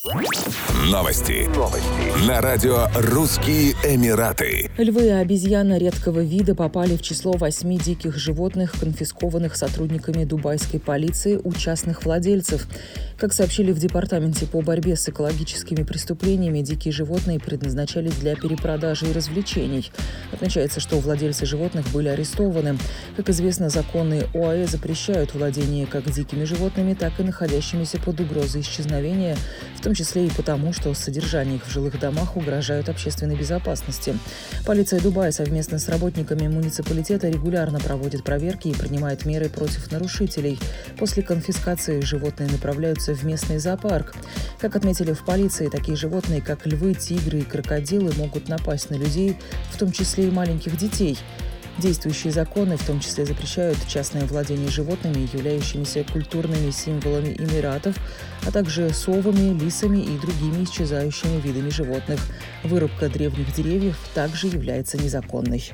Новости. На радио «Русские Эмираты». Львы и обезьяны редкого вида попали в число 8 диких животных, конфискованных сотрудниками дубайской полиции у частных владельцев. Как сообщили в департаменте по борьбе с экологическими преступлениями, дикие животные предназначались для перепродажи и развлечений. Отмечается, что владельцы животных были арестованы. Как известно, законы ОАЭ запрещают владение как дикими животными, так и находящимися под угрозой исчезновения, в том числе и потому, что содержание их в жилых домах угрожает общественной безопасности. Полиция Дубая совместно с работниками муниципалитета регулярно проводит проверки и принимает меры против нарушителей. После конфискации животные направляются в местный зоопарк. Как отметили в полиции, такие животные, как львы, тигры и крокодилы, могут напасть на людей, в том числе и маленьких детей. Действующие законы в том числе запрещают частное владение животными, являющимися культурными символами Эмиратов, а также совами, лисами и другими исчезающими видами животных. Вырубка древних деревьев также является незаконной.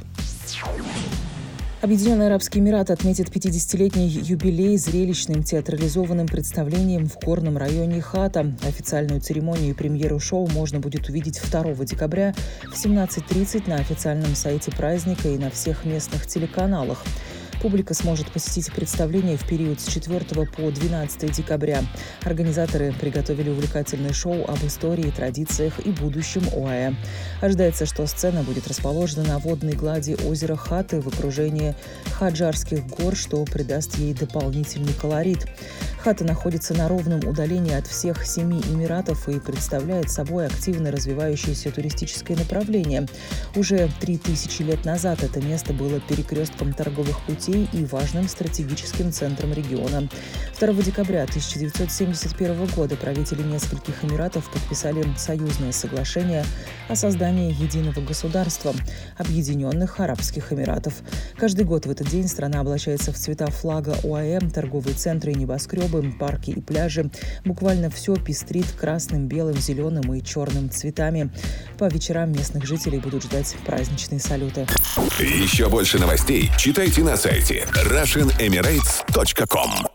Объединенные Арабские Эмираты отметят 50-летний юбилей зрелищным театрализованным представлением в горном районе Хата. Официальную церемонию и премьеру шоу можно будет увидеть 2 декабря в 17:30 на официальном сайте праздника и на всех местных телеканалах. Публика сможет посетить представление в период с 4 по 12 декабря. Организаторы приготовили увлекательное шоу об истории, традициях и будущем ОАЭ. Ожидается, что сцена будет расположена на водной глади озера Хаты в окружении Хаджарских гор, что придаст ей дополнительный колорит. Хата находится на ровном удалении от всех 7 Эмиратов и представляет собой активно развивающееся туристическое направление. Уже 3000 лет назад это место было перекрестком торговых путей и важным стратегическим центром региона. 2 декабря 1971 года правители нескольких Эмиратов подписали союзное соглашение о создании единого государства – Объединенных Арабских Эмиратов. Каждый год в этот день страна облачается в цвета флага ОАЭ, торговые центры и небоскребы, парки и пляжи. Буквально все пестрит красным, белым, зеленым и черным цветами. По вечерам местных жителей будут ждать праздничные салюты. Еще больше новостей читайте на сайте RussianEmirates.com.